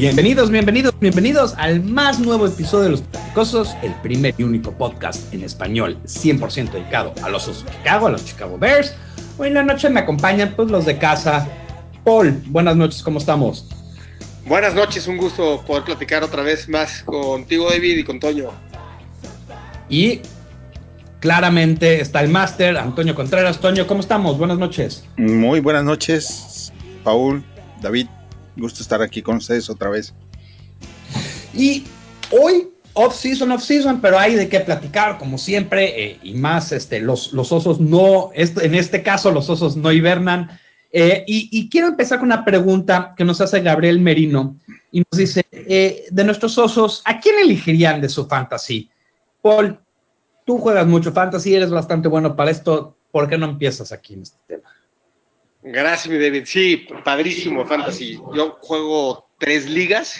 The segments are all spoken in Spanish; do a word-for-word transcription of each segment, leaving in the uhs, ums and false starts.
Bienvenidos, bienvenidos, bienvenidos al más nuevo episodio de Los Platicosos, el primer y único podcast en español cien por ciento dedicado a los Osos de Chicago, a los Chicago Bears. Hoy en la noche me acompañan pues los de casa. Paul, buenas noches, ¿cómo estamos? Buenas noches, un gusto poder platicar otra vez más contigo, David, y con Toño. Y claramente está el máster, Antonio Contreras. Toño, ¿cómo estamos? Buenas noches. Muy buenas noches, Paul, David. Gusto estar aquí con ustedes otra vez. Y hoy, off-season, off-season, pero hay de qué platicar, como siempre, eh, y más, este, los, los osos no, este, en este caso, los osos no hibernan. Eh, y, y quiero empezar con una pregunta que nos hace Gabriel Merino, y nos dice, eh, de nuestros osos, ¿a quién elegirían de su fantasy? Paul, tú juegas mucho fantasy, eres bastante bueno para esto, ¿por qué no empiezas aquí en este tema? Gracias, mi David. Sí, padrísimo fantasy. Yo juego tres ligas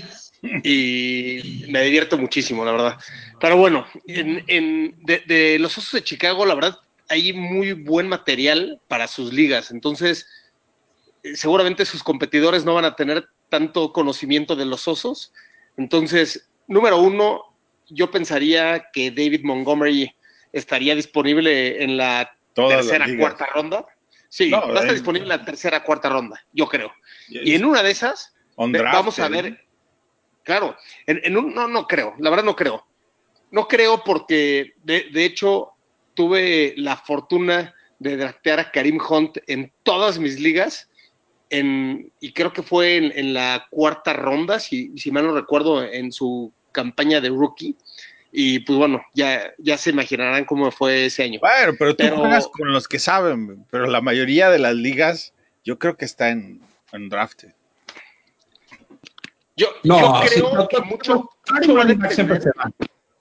y me divierto muchísimo, la verdad. Pero bueno, en, en, de, de los Osos de Chicago, la verdad, hay muy buen material para sus ligas. Entonces, seguramente sus competidores no van a tener tanto conocimiento de los Osos. Entonces, número uno, yo pensaría que David Montgomery estaría disponible en la Todas tercera, las cuarta ronda. Sí, no, va a estar eh, disponible en la tercera, cuarta ronda, yo creo. Y es en una de esas, vamos a undrafted. ver, claro, en, en un, no, no creo, la verdad no creo. No creo porque, de, de hecho, tuve la fortuna de draftear a Kareem Hunt en todas mis ligas, en, y creo que fue en, en la cuarta ronda, si, si mal no recuerdo, en su campaña de rookie. Y pues bueno, ya, ya se imaginarán cómo fue ese año. Bueno, pero tú juegas Pero con los que saben, pero la mayoría de las ligas, yo creo que está en, en drafted. yo, yo No, sí, creo no, que no, mucho, no, mucho va a no, siempre depender. se van.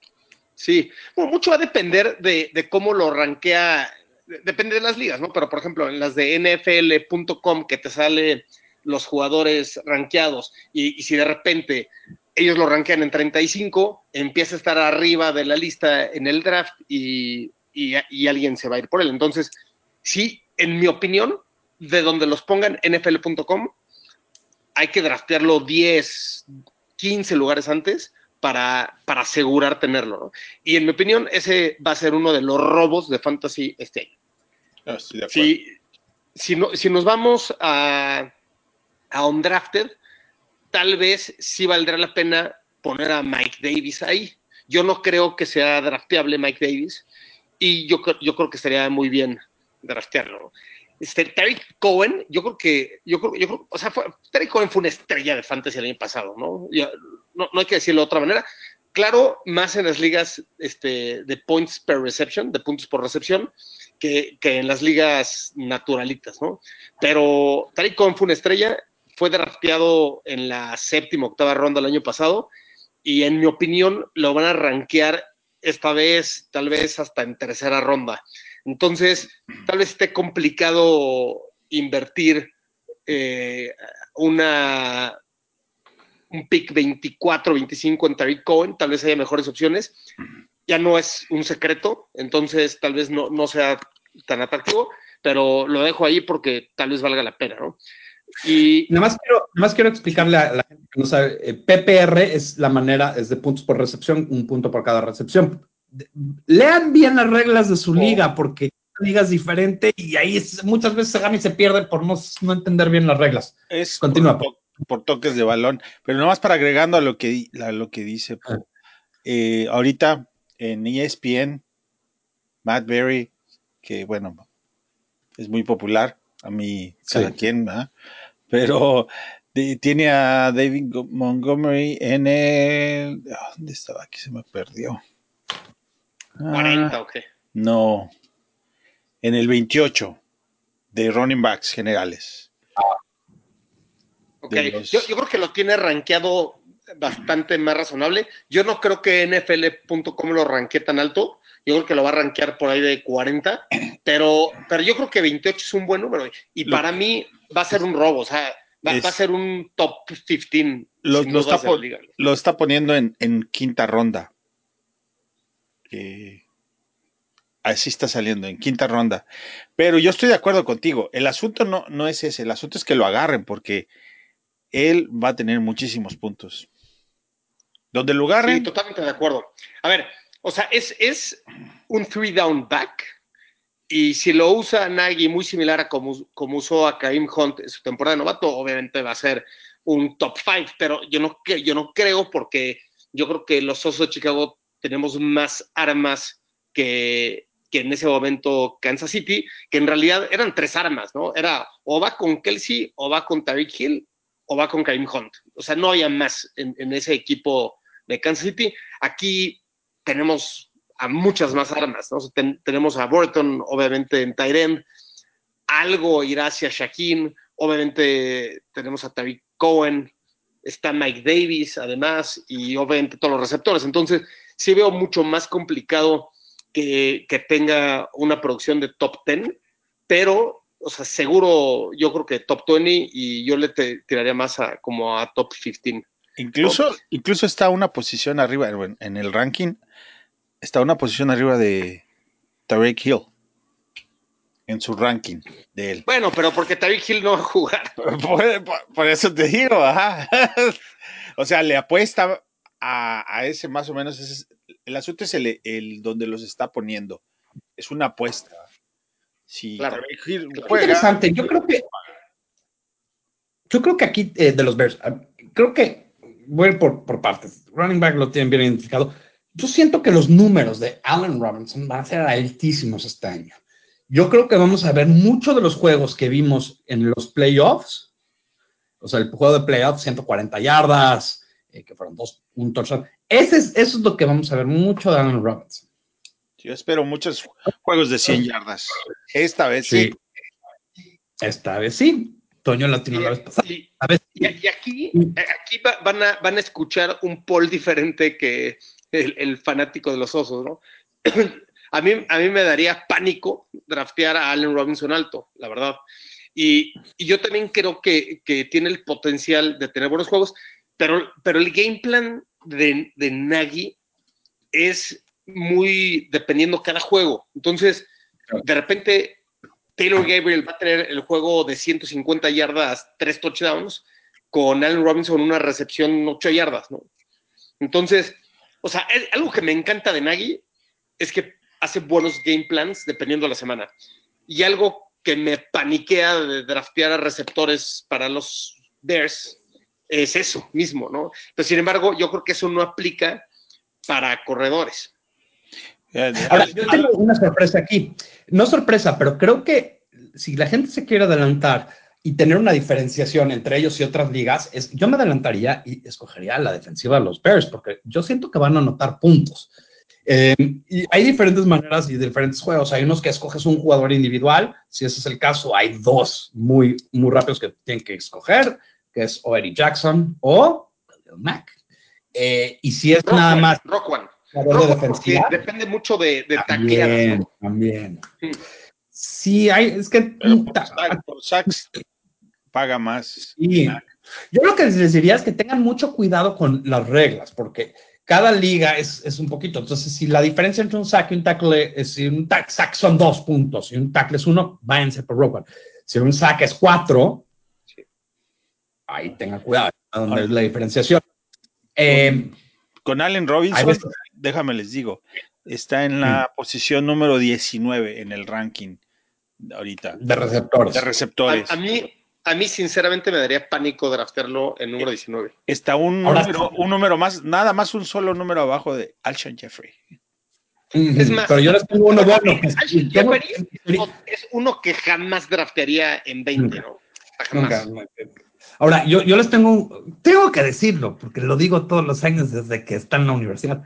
Sí, bueno, mucho va a depender de, de cómo lo rankea, depende de las ligas, ¿no? Pero por ejemplo, en las de N F L punto com que te sale los jugadores rankeados y, y si de repente ellos lo rankean en treinta y cinco, empieza a estar arriba de la lista en el draft y, y, y alguien se va a ir por él. Entonces, sí, en mi opinión, de donde los pongan N F L punto com, hay que draftearlo diez, quince lugares antes para, para asegurar tenerlo, ¿no? Y en mi opinión, ese va a ser uno de los robos de fantasy este año. No, estoy de acuerdo. Si, si, no, si nos vamos a, a undrafted, tal vez sí valdrá la pena poner a Mike Davis ahí. Yo no creo que sea drafteable Mike Davis y yo, yo creo que estaría muy bien draftearlo. Este, Tariq Cohen, yo creo que, yo creo, yo creo, o sea, fue, Tariq Cohen fue una estrella de fantasy el año pasado, ¿no? Ya, no, no hay que decirlo de otra manera. Claro, más en las ligas este, de points per reception, de puntos por recepción, que, que en las ligas naturalitas, ¿no? Pero Tariq Cohen fue una estrella, fue drafteado en la séptima, octava ronda el año pasado, y en mi opinión lo van a rankear esta vez, tal vez hasta en tercera ronda. Entonces, tal vez esté complicado invertir eh, una, un pick veinticuatro, veinticinco en Tariq Cohen, tal vez haya mejores opciones. Ya no es un secreto, entonces tal vez no, no sea tan atractivo, pero lo dejo ahí porque tal vez valga la pena, ¿no? Y Nada más quiero, nada más quiero explicarle a la gente que no sabe, eh, P P R es la manera, es de puntos por recepción, un punto por cada recepción. De, lean bien las reglas de su oh, liga, porque cada liga es diferente y ahí es, muchas veces se gana y se pierde por no, no entender bien las reglas. Es por, Continúa. to por toques de balón, pero nomás para agregando a lo que, a lo que dice Paul. Eh, ahorita en E S P N, Matt Berry, que bueno, es muy popular, a mí cada Sí. quien, ¿verdad? Pero de, tiene a David Montgomery en el... ¿Dónde estaba? Aquí se me perdió. cuarenta, Ah, ok. no, en el veintiocho de running backs generales. Ok, De yo, yo los... creo que lo tiene rankeado bastante más razonable. Yo no creo que N F L punto com lo ranquee tan alto. Yo creo que lo va a rankear por ahí de cuarenta, pero, pero yo creo que veintiocho es un buen número. Y Lo, para mí va a ser un robo, o sea, va, va a es, ser un top quince lo, sin lo, dudas está, de la liga. lo está poniendo en, en quinta ronda. Que así está saliendo, en quinta ronda. Pero yo estoy de acuerdo contigo. El asunto no, no es ese. El asunto es que lo agarren porque él va a tener muchísimos puntos. Donde lo agarren. Sí, totalmente de acuerdo. A ver, o sea, es, es un three down back, y si lo usa Nagy muy similar a como, como usó a Kareem Hunt en su temporada de novato, obviamente va a ser un top five, pero yo no, yo no creo, porque yo creo que los Osos de Chicago tenemos más armas que, que en ese momento Kansas City, que en realidad eran tres armas, ¿no? Era o va con Kelsey, o va con Tyreek Hill, o va con Kareem Hunt. O sea, no había más en, en ese equipo de Kansas City. Aquí tenemos a muchas más armas, ¿no? O sea, ten, tenemos a Burton, obviamente, en tight end, algo irá hacia Shaquille, obviamente tenemos a Tariq Cohen, está Mike Davis, además, y obviamente todos los receptores. Entonces, sí veo mucho más complicado que, que tenga una producción de top diez, pero, o sea, seguro yo creo que top veinte, y yo le te, tiraría más a, como a top quince. Incluso, ¿no? incluso está una posición arriba, en, en el ranking, está una posición arriba de Tyreek Hill, en su ranking de él. Bueno, pero porque Tyreek Hill no va a jugar. Por, por, por eso te digo, ajá. O sea, le apuesta a, a ese más o menos. Ese es, el asunto es el, el donde los está poniendo. Es una apuesta. Si Claro, Tyreek Hill claro. juega, Interesante. Yo creo que, yo creo que aquí eh, de los Bears, uh, creo que voy a ir por, por partes. Running back lo tienen bien identificado. Yo siento que los números de Allen Robinson van a ser altísimos este año. Yo creo que vamos a ver muchos de los juegos que vimos en los playoffs. O sea, el juego de playoffs, ciento cuarenta yardas, eh, que fueron dos, un touchdown. Ese es, eso es lo que vamos a ver mucho de Allen Robinson. yo espero muchos juegos de cien yardas. Esta vez sí. Sí, esta vez sí. Toño Latino Y, la vez pasada. y, A vez y, sí. y aquí, aquí va, van, a, van a escuchar un Paul diferente que el, el fanático de los Osos, ¿no? A mí, a mí me daría pánico draftear a Allen Robinson alto, la verdad. Y, y yo también creo que, que, tiene el potencial de tener buenos juegos, pero, pero el game plan de, de Nagy es muy dependiendo cada juego. Entonces, de repente, Taylor Gabriel va a tener el juego de ciento cincuenta yardas, tres touchdowns, con Allen Robinson una recepción ocho yardas, ¿no? Entonces, o sea, es, algo que me encanta de Nagy es que hace buenos game plans dependiendo de la semana. Y algo que me paniquea de draftear a receptores para los Bears es eso mismo, ¿no? Pero sin embargo, yo creo que eso no aplica para corredores. Ahora, yo tengo una sorpresa aquí. No sorpresa, pero creo que si la gente se quiere adelantar y tener una diferenciación entre ellos y otras ligas, es, yo me adelantaría y escogería la defensiva de los Bears, porque yo siento que van a anotar puntos. Eh, y hay diferentes maneras y diferentes juegos. Hay unos que escoges un jugador individual. Si ese es el caso, hay dos muy, muy rápidos que tienen que escoger, que es o Eddie Jackson o Mac. Eh, y si es Rock nada One, más Rock One. jugador de Rock One, defensiva, porque depende mucho de, de tacleadas, también, ¿no? también. Sí. Sí, hay, es que Pero por, por sacks paga más. sí. Yo lo que les diría es que tengan mucho cuidado con las reglas, porque cada liga es, es un poquito. Entonces, si la diferencia entre un sack y un tackle es, si un tack, sack son dos puntos y un tackle es uno, váyanse por Rock One. Si un sack es cuatro, Sí. ahí tengan cuidado, donde Ahora, es la diferenciación. Eh, con, con Allen hay Robinson, veces, déjame les digo, está en mm, la posición número diecinueve en el ranking ahorita de de receptores. A, a, receptores. mí, a mí, sinceramente, me daría pánico draftearlo en número diecinueve. Está un Ahora número, un número más, nada más un solo número abajo de Alshon Jeffrey. Es Uh-huh. Pero más, yo les tengo uno bueno. Que Alshon tengo, Jeffrey es uno que jamás draftearía en veinte, nunca, ¿no? nunca. Jamás. Ahora, yo, yo les tengo, tengo que decirlo, porque lo digo todos los años desde que está en la universidad.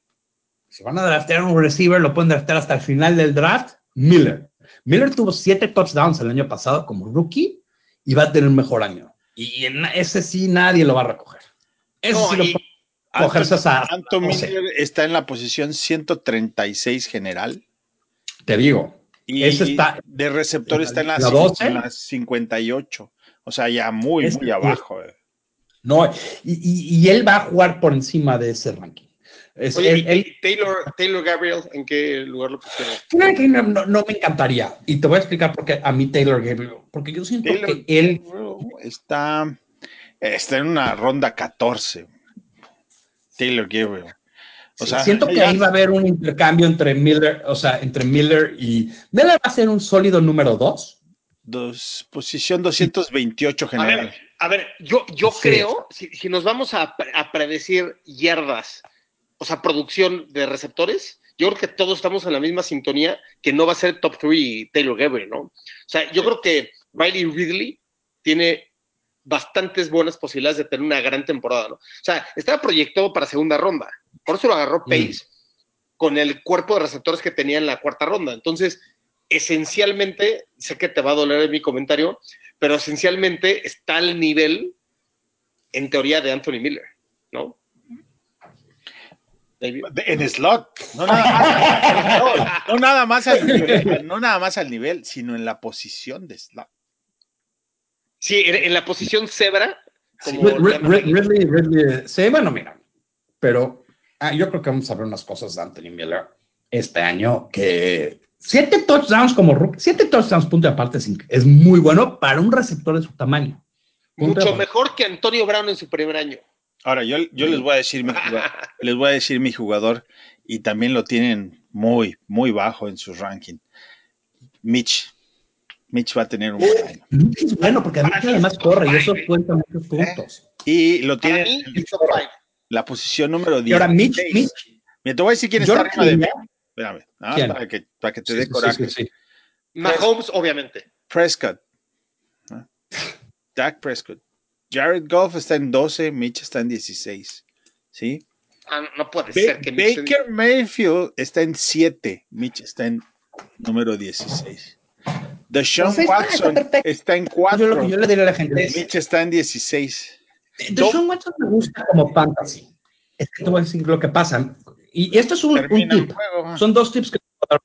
Si van a draftear un receiver, lo pueden draftear hasta el final del draft. Miller. Miller tuvo siete touchdowns el año pasado como rookie y va a tener un mejor año. Y en ese sí nadie lo va a recoger. Ese No, sí lo y puede cogerse Anton, hasta Anton doce. Miller está en la posición ciento treinta y seis general Te digo, ese y está de receptor en está en la, las la en doce. las cincuenta y ocho. O sea, ya muy, Ese muy sí es. abajo. eh. No, y, y, y él va a jugar por encima de ese ranking. Es, oye, él, él y Taylor, Taylor Gabriel, ¿en qué lugar lo pusieron? no, no, no me encantaría. Y te voy a explicar por qué a mí Taylor Gabriel. Porque yo siento Taylor que él está Está en una ronda catorce. Taylor Gabriel. O Sí, sea, siento que ya, ahí va a haber un intercambio entre Miller, o sea, entre Miller y... Miller va a ser un sólido número dos. dos, posición doscientos veintiocho A general. ver, a ver, yo, yo Sí. creo, si, si nos vamos a, a predecir yardas, o sea, producción de receptores, yo creo que todos estamos en la misma sintonía, que no va a ser top tres Taylor Gabriel, ¿no? O sea, yo creo que Riley Ridley tiene bastantes buenas posibilidades de tener una gran temporada, ¿no? O sea, estaba proyectado para segunda ronda, por eso lo agarró Pace, mm. con el cuerpo de receptores que tenía en la cuarta ronda. Entonces, esencialmente, sé que te va a doler mi comentario, pero esencialmente está al nivel, en teoría, de Anthony Miller, ¿no? David. En slot, no nada más, no, no nada más al nivel, no nada más al nivel, sino en la posición de slot. Sí, en, en la posición cebra, como sí. Ridley, Ridley, sí, bueno, mira, pero ah, yo creo que vamos a ver unas cosas de Anthony Miller este año que siete touchdowns como rookie, siete touchdowns punto de aparte es, es muy bueno para un receptor de su tamaño. Punto Mucho mejor que Antonio Brown en su primer año. Ahora, yo, yo les voy a decir mi jugador, les voy a decir mi jugador, y también lo tienen muy, muy bajo en su ranking. Mitch. Mitch va a tener un buen año. Mitch es bueno porque Mitch además corre y eso cuenta muchos puntos. Eh, y lo tienen en la posición número diez. Y ahora Mitch, Mitch. Mira, te voy a decir quién está arriba de Mitch. Espérame, nada más para que, para que te sí, dé sí, coraje. Sí, sí, sí. Mahomes, obviamente. Prescott. ¿no? Dak Prescott. Jared Goff está en doce, Mitch está en dieciséis. ¿Sí? Ah, no puede ba ser que Mitch Baker en... Mayfield está en siete, Mitch está en número dieciséis. Deshaun pues Watson está, está en cuatro. Yo, yo le diría a la gente. Mitch está en dieciséis. Deshaun Watson me gusta como fantasy. Es que te voy a decir lo que pasa. Y esto es un, un tip. Son dos tips que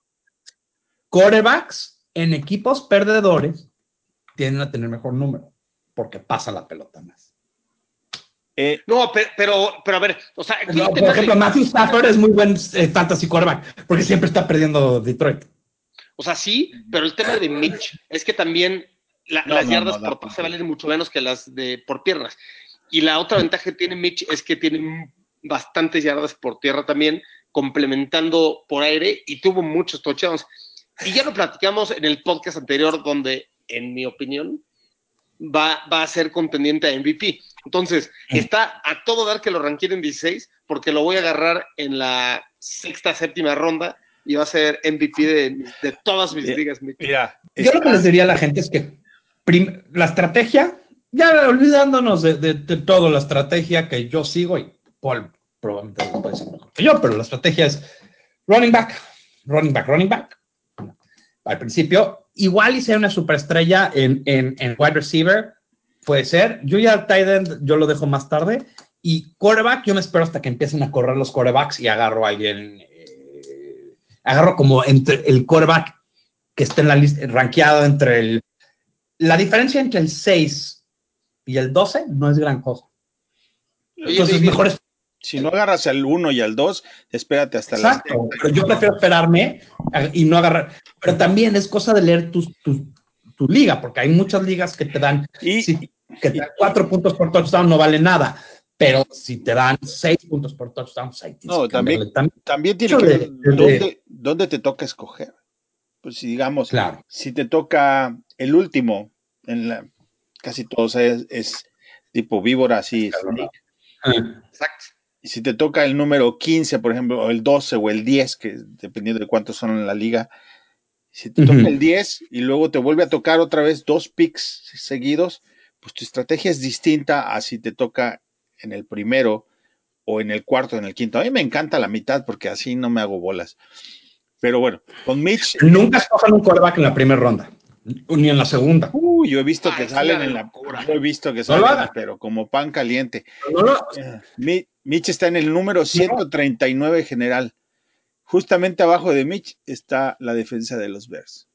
quarterbacks en equipos perdedores tienden a tener mejor número porque pasa la pelota más. Eh, no, pero, pero, pero a ver, o sea, aquí no, por ejemplo, de... Matthew Stafford es muy buen eh, fantasy quarterback porque siempre está perdiendo Detroit. O sea, sí, pero el tema de Mitch es que también la, no, las no, yardas no, por pase valen mucho menos que las de por piernas. Y la otra ventaja que tiene Mitch es que tiene bastantes yardas por tierra también, complementando por aire, y tuvo muchos touchdowns. Y ya lo platicamos en el podcast anterior, donde, en mi opinión, va, va a ser contendiente a M V P. Entonces, está a todo dar que lo ranqueen en dieciséis, porque lo voy a agarrar en la sexta, séptima ronda, y va a ser M V P de, de todas mis mira, ligas. Mira, yo está... lo que les diría a la gente es que prim, la estrategia, ya olvidándonos de, de, de todo, la estrategia que yo sigo, y Paul probablemente lo puede ser mejor que yo, pero la estrategia es running back, running back, running back. Al principio, igual y sea una superestrella en, en, en wide receiver, puede ser. Yo ya tight end, yo lo dejo más tarde. Y quarterback, yo me espero hasta que empiecen a correr los quarterbacks y agarro a alguien, eh, agarro como entre el quarterback que esté en la lista, rankeado entre el... La diferencia entre el seis y el doce no es gran cosa. Entonces, mejor es... Si no agarras al uno y al dos, espérate hasta la Exacto, pero yo prefiero esperarme y no agarrar. Pero también es cosa de leer tus, tus, tu liga, porque hay muchas ligas que te dan, y, si, que te dan cuatro puntos por touchdown, no vale nada. Pero si te dan seis puntos por touchdown, pues ahí tienes no, que también, también, también tiene que ver de, dónde, de, dónde te toca escoger. Pues si digamos, claro. si te toca el último, en la, casi todos es, es tipo víbora, así, snake. Exacto. Si te toca el número quince, por ejemplo, o el doce o el diez, que dependiendo de cuántos son en la liga, si te uh-huh. toca el diez y luego te vuelve a tocar otra vez dos picks seguidos, pues tu estrategia es distinta a si te toca en el primero o en el cuarto o en el quinto. A mí me encanta la mitad porque así no me hago bolas. Pero bueno, con Mitch... Nunca escojan un quarterback en la primera ronda, ni en la segunda. Uh, yo he visto que Ay, salen en la... Yo he visto que salen, no pero como pan caliente. No, no. Uh, Mitch está en el número ciento treinta y nueve general. Justamente abajo de Mitch está la defensa de los Bears.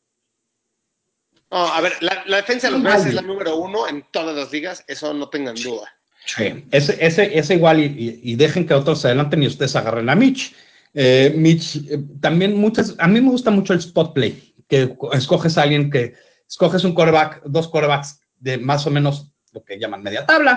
No, a ver, la, la defensa de los Bears es la número uno en todas las ligas, eso no tengan duda. Sí, ese, ese, ese igual y, y, y dejen que otros se adelanten y ustedes agarren a Mitch. Eh, Mitch, eh, también muchas, a mí me gusta mucho el spot play, que escoges a alguien que, escoges un quarterback, dos quarterbacks de más o menos lo que llaman media tabla,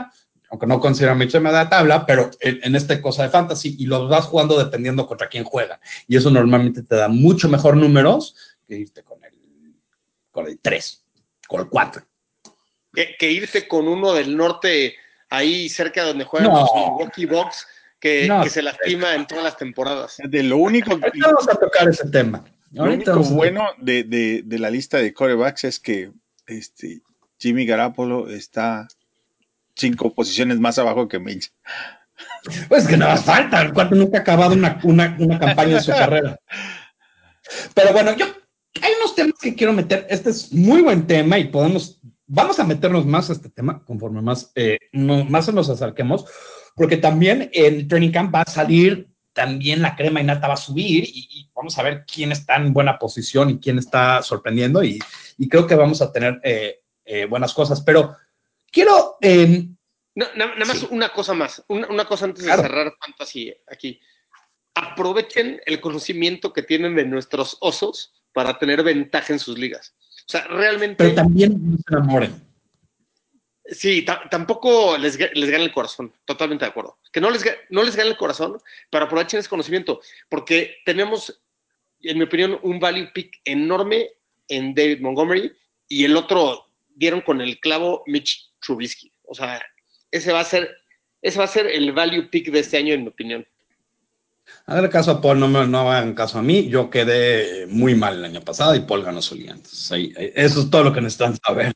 aunque no considero mi media de tabla, pero en, en esta cosa de fantasy, y los vas jugando dependiendo contra quién juega. Y eso normalmente te da mucho mejor números que irte con el, con el tres, con el cuatro. Que, que irte con uno del norte, ahí cerca de donde juegan no. los Milwaukee Bucks, que, no, que se lastima en todas las temporadas. De lo único Ahorita vamos a tocar ese tema. Lo único bueno de, de, de la lista de quarterbacks es que este, Jimmy Garoppolo está cinco posiciones más abajo que Minch. Pues que nada más falta, el cuarto nunca ha acabado una, una, una campaña en su carrera. Pero bueno, yo hay unos temas que quiero meter. Este es muy buen tema y podemos, vamos a meternos más a este tema conforme más, eh, no, más nos acerquemos, porque también el Training Camp va a salir, también la crema innata va a subir y, y vamos a ver quién está en buena posición y quién está sorprendiendo y, y creo que vamos a tener eh, eh, buenas cosas. Pero quiero... Eh, no, nada más sí. una cosa más, una, una cosa antes claro. de cerrar Fantasy aquí. Aprovechen el conocimiento que tienen de nuestros osos para tener ventaja en sus ligas. O sea, realmente... Pero también no se enamoren. Sí, tampoco les, les gana el corazón, totalmente de acuerdo. Que no les, no les gane el corazón, pero aprovechen ese conocimiento, porque tenemos, en mi opinión, un value pick enorme en David Montgomery y el otro dieron con el clavo Mitch Trubisky. O sea, ese va a ser, ese va a ser el value pick de este año, en mi opinión. Hagan caso a Paul, no, me, no hagan caso a mí. Yo quedé muy mal el año pasado y Paul ganó su liga. Entonces, ahí, eso es todo lo que necesitan saber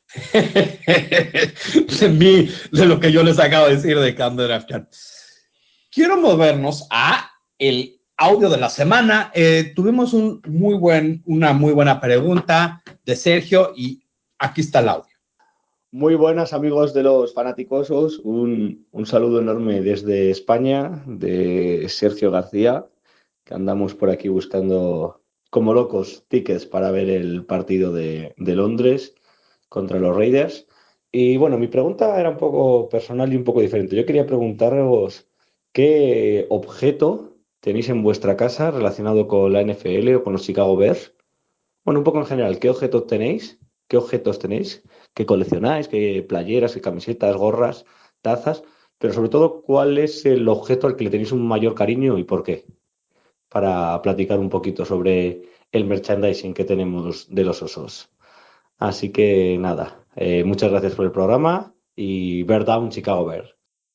de mí, de lo que yo les acabo de decir de Camp Draft. Quiero movernos a el audio de la semana. Eh, tuvimos un muy buen, una muy buena pregunta de Sergio y aquí está el audio. Muy buenas amigos de los fanaticosos, un, un saludo enorme desde España, de Sergio García, que andamos por aquí buscando como locos tickets para ver el partido de, de Londres contra los Raiders. Y bueno, mi pregunta era un poco personal y un poco diferente. Yo quería preguntaros qué objeto tenéis en vuestra casa relacionado con la N F L o con los Chicago Bears. Bueno, un poco en general, ¿qué objetos tenéis? ¿Qué objetos tenéis? ¿Qué coleccionáis? ¿Qué playeras, qué camisetas, gorras, tazas? Pero sobre todo, ¿cuál es el objeto al que le tenéis un mayor cariño y por qué? Para platicar un poquito sobre el merchandising que tenemos de los osos. Así que nada, eh, muchas gracias por el programa y Bear Down, Chicago Bear.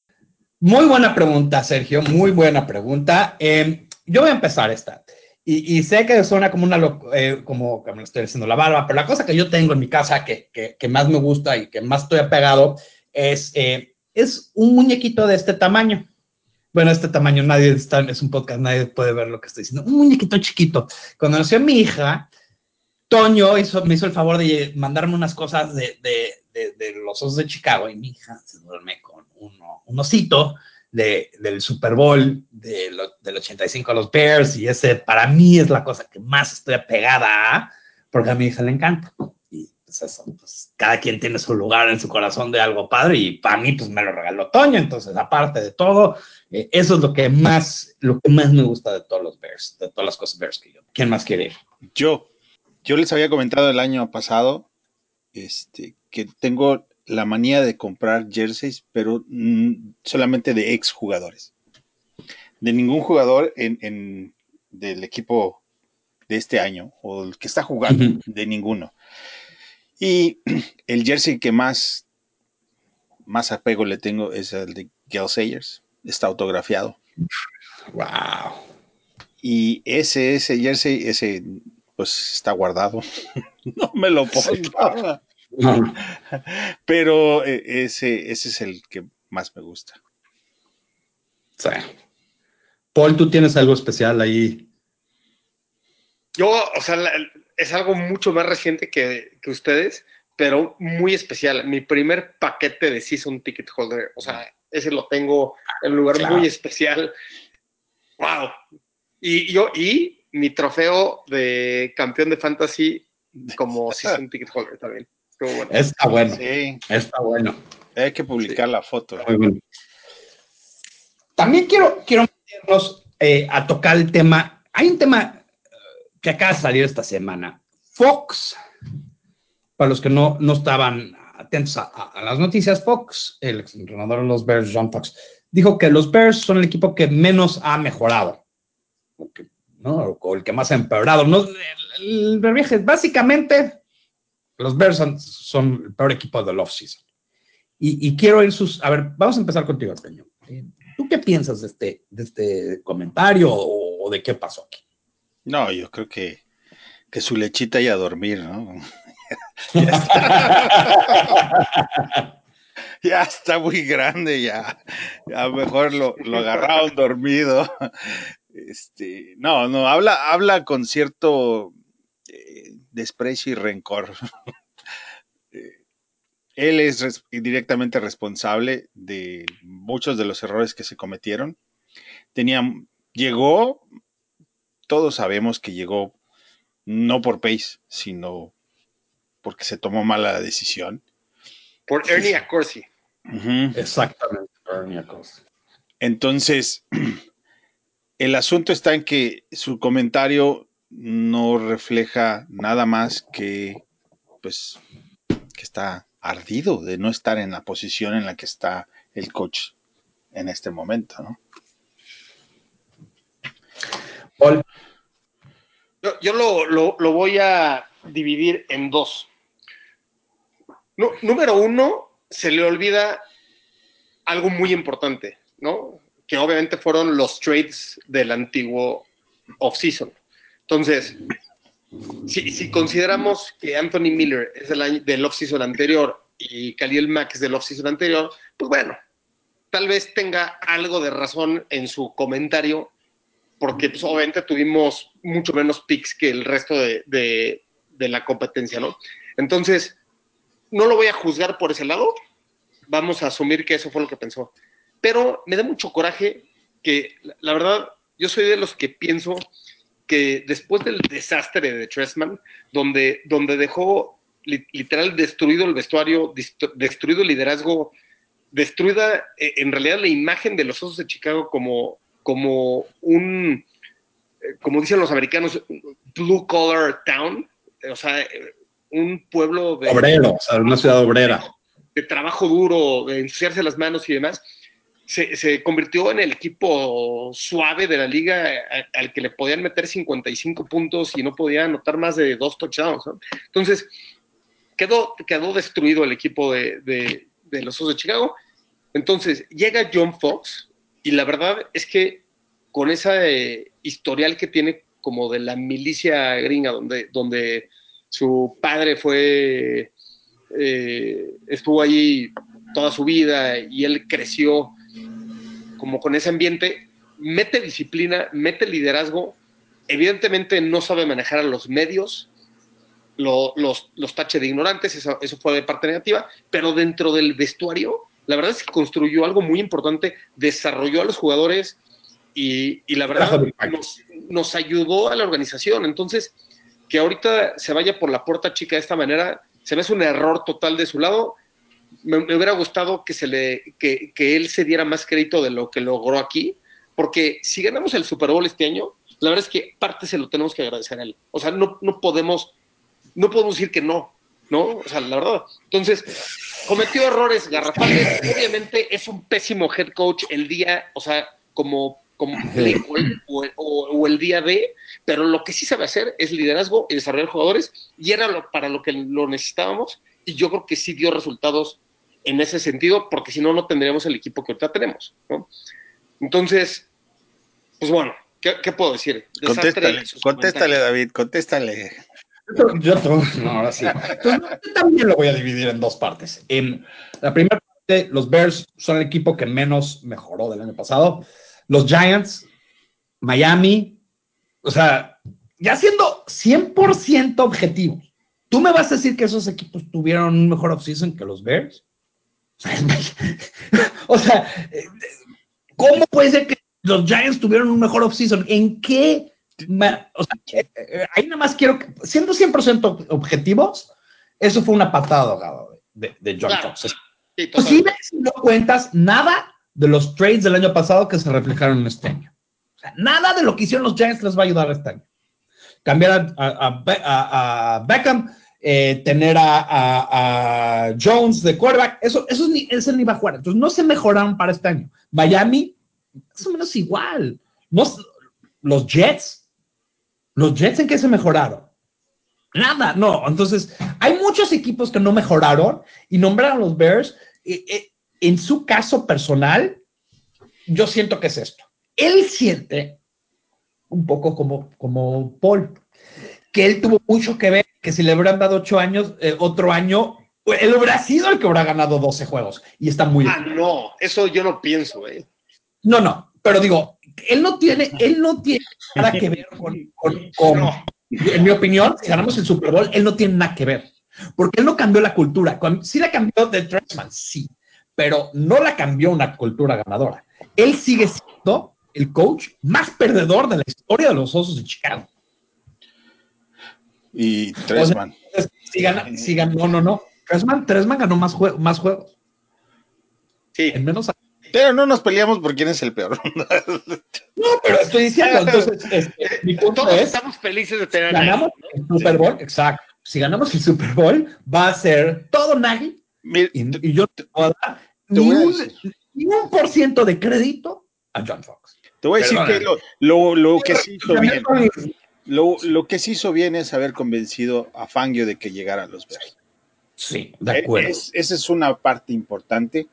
Muy buena pregunta, Sergio, muy buena pregunta. Eh, yo voy a empezar esta. Y, y sé que suena como una eh, como que me estoy haciendo la barba, pero la cosa que yo tengo en mi casa que, que, que más me gusta y que más estoy apegado es, eh, es un muñequito de este tamaño. Bueno, este tamaño, nadie está, es un podcast, nadie puede ver lo que estoy diciendo. Un muñequito chiquito. Cuando nació mi hija, Toño hizo, me hizo el favor de mandarme unas cosas de, de, de, de los Osos de Chicago y mi hija se duerme con uno, un osito de, del Super Bowl de lo, del ochenta y cinco a los Bears y ese para mí es la cosa que más estoy apegada a porque a mi hija le encanta. Y pues eso, pues cada quien tiene su lugar en su corazón de algo padre y para mí pues me lo regaló Toño, entonces aparte de todo, eh, eso es lo que más, lo que más me gusta de todos los Bears, de todas las cosas Bears que yo. ¿Quién más quiere ir? Yo. Yo les había comentado el año pasado este, que tengo la manía de comprar jerseys, pero mm, solamente de exjugadores. De ningún jugador en, en, del equipo de este año o el que está jugando, uh-huh. de ninguno. Y el jersey que más, más apego le tengo es el de Gale Sayers. Está autografiado. Wow. Y ese, ese jersey, ese pues está guardado. No me lo pongo. No. Pero ese, ese es el que más me gusta. Sí. Paul, ¿tú tienes algo especial ahí? Yo, o sea, la, es algo mucho más reciente que, que ustedes, pero muy especial. Mi primer paquete de Season Ticket Holder, o sea, ese lo tengo en un lugar claro. muy especial. ¡Wow! Y yo, y mi trofeo de campeón de fantasy como Season Ticket Holder también. Bueno. Está bueno. Sí. Está bueno. Hay que publicar sí. la foto. Muy bueno. También quiero, quiero meternos eh, a tocar el tema. Hay un tema que acaba de salir esta semana. Fox, para los que no, no estaban atentos a, a, a las noticias, Fox, el exentrenador de los Bears, John Fox, dijo que los Bears son el equipo que menos ha mejorado, o, que, ¿no? o el que más ha empeorado. ¿No? El, el, el, básicamente, los Bears son, son el peor equipo del offseason. Y, y quiero ir sus... A ver, vamos a empezar contigo, Peño. ¿Tú qué piensas de este, de este comentario o, o de qué pasó aquí? No, yo creo que, que su lechita y a dormir, ¿no? ya, está. ya está muy grande, ya. A lo mejor lo, lo agarraron dormido. Este, no, no, habla, habla con cierto eh, desprecio y rencor. eh, él es res- directamente responsable de muchos de los errores que se cometieron. Tenía, llegó, todos sabemos que llegó no por Pace, sino porque se tomó mala decisión. Por Ernie Accorsi. Uh-huh. Exactamente, Ernie Accorsi. Entonces, el asunto está en que su comentario no refleja nada más que, pues, que está ardido de no estar en la posición en la que está el coach en este momento, ¿no? Paul. Yo, yo lo, lo, lo voy a dividir en dos. No, número uno, se le olvida algo muy importante, ¿no? Que obviamente fueron los trades del antiguo off-season. Entonces, si, si consideramos que Anthony Miller es del, año, del off-season anterior y Khalil Mack es del off-season anterior, pues bueno, tal vez tenga algo de razón en su comentario, porque pues, obviamente tuvimos mucho menos picks que el resto de, de, de la competencia, ¿no? Entonces, no lo voy a juzgar por ese lado, vamos a asumir que eso fue lo que pensó. Pero me da mucho coraje que, la, la verdad, yo soy de los que pienso que después del desastre de Trestman, donde, donde dejó li, literal destruido el vestuario, destruido el liderazgo, destruida eh, en realidad la imagen de los Osos de Chicago como, como un, eh, como dicen los americanos, blue collar town, o sea, eh, un pueblo de... Obrero, o sea, una ciudad obrera. De trabajo duro, de ensuciarse las manos y demás, se, se convirtió en el equipo suave de la liga a, al que le podían meter cincuenta y cinco puntos y no podía anotar más de dos touchdowns, ¿no? Entonces, quedó, quedó destruido el equipo de, de, de los Osos de Chicago. Entonces, llega John Fox y la verdad es que con ese historial que tiene como de la milicia gringa, donde, donde su padre fue... Eh, estuvo ahí toda su vida y él creció como con ese ambiente, mete disciplina, mete liderazgo, evidentemente no sabe manejar a los medios, lo, los, los tache de ignorantes, eso, eso fue de parte negativa, pero dentro del vestuario, la verdad es que construyó algo muy importante, desarrolló a los jugadores y, y la verdad nos, nos ayudó a la organización. Entonces, que ahorita se vaya por la puerta chica de esta manera, se me hace un error total de su lado. Me, me hubiera gustado que, se le, que, que él se diera más crédito de lo que logró aquí, porque si ganamos el Super Bowl este año, la verdad es que parte se lo tenemos que agradecer a él. O sea, no, no podemos no podemos decir que no, ¿no? O sea, la verdad. Entonces, cometió errores garrafales. Obviamente es un pésimo head coach el día, o sea, como, como play call o, o, o el día de, pero lo que sí sabe hacer es liderazgo y desarrollar jugadores, y era lo, para lo que lo necesitábamos, y yo creo que sí dio resultados en ese sentido, porque si no, no tendríamos el equipo que ahorita tenemos, ¿no? Entonces, pues bueno, ¿qué, qué puedo decir? Desastre contéstale, contéstale, David, contéstale. Yo, yo no, ahora sí. Entonces, yo también lo voy a dividir en dos partes. En la primera parte, los Bears son el equipo que menos mejoró del año pasado. Los Giants, Miami, o sea, ya siendo cien por ciento objetivos, ¿tú me vas a decir que esos equipos tuvieron un mejor offseason que los Bears? O sea, o sea, ¿cómo puede ser que los Giants tuvieron un mejor offseason? ¿En qué? O sea, ahí nada más quiero, que, siendo cien por ciento objetivos, eso fue una patada ahogada de, de John claro. Fox. Sí, si ves, si no cuentas nada de los trades del año pasado que se reflejaron en este año. O sea, nada de lo que hicieron los Giants les va a ayudar este año. Cambiar a, a, a, a Beckham, eh, tener a, a, a Jones de quarterback, eso, eso ni, ese ni va a jugar. Entonces no se mejoraron para este año. Miami, más o menos igual. No, los Jets, los Jets ¿en qué se mejoraron? Nada, no. Entonces, hay muchos equipos que no mejoraron y nombraron a los Bears. Eh, eh, en su caso personal, yo siento que es esto. Él siente un poco como, como Paul, que él tuvo mucho que ver, que si le hubieran dado ocho años, eh, otro año, él hubiera sido el que hubiera ganado doce juegos. Y está muy... Ah, no, eso yo no pienso, ¿eh? No, no, pero digo, él no tiene, él no tiene nada que ver con, con, con no. En mi opinión, si ganamos el Super Bowl, él no tiene nada que ver, porque él no cambió la cultura. Sí la cambió de Trestman, sí, pero no la cambió una cultura ganadora. Él sigue siendo el coach más perdedor de la historia de los Osos de Chicago. Y Trestman. O sea, si gana, si gana, no, no, no. Trestman, Trestman ganó más, jue más juegos. Sí. En menos. Pero no nos peleamos por quién es el peor. No, pero estoy diciendo, entonces, este, mi punto todos es, estamos felices de tener si ganamos Nagy, ¿no? el Super Bowl, sí. Exacto. Si ganamos el Super Bowl, va a ser todo Nagy. Mira, y, te, y yo no voy a dar te ni, voy a un, decir. ni un por ciento de crédito a John Fox. Te voy a decir Perdóname. que lo, lo, lo que sí hizo bien, lo, lo que sí hizo bien es haber convencido a Fangio de que llegara a los Bears. Sí, de acuerdo. Es, esa es una parte importante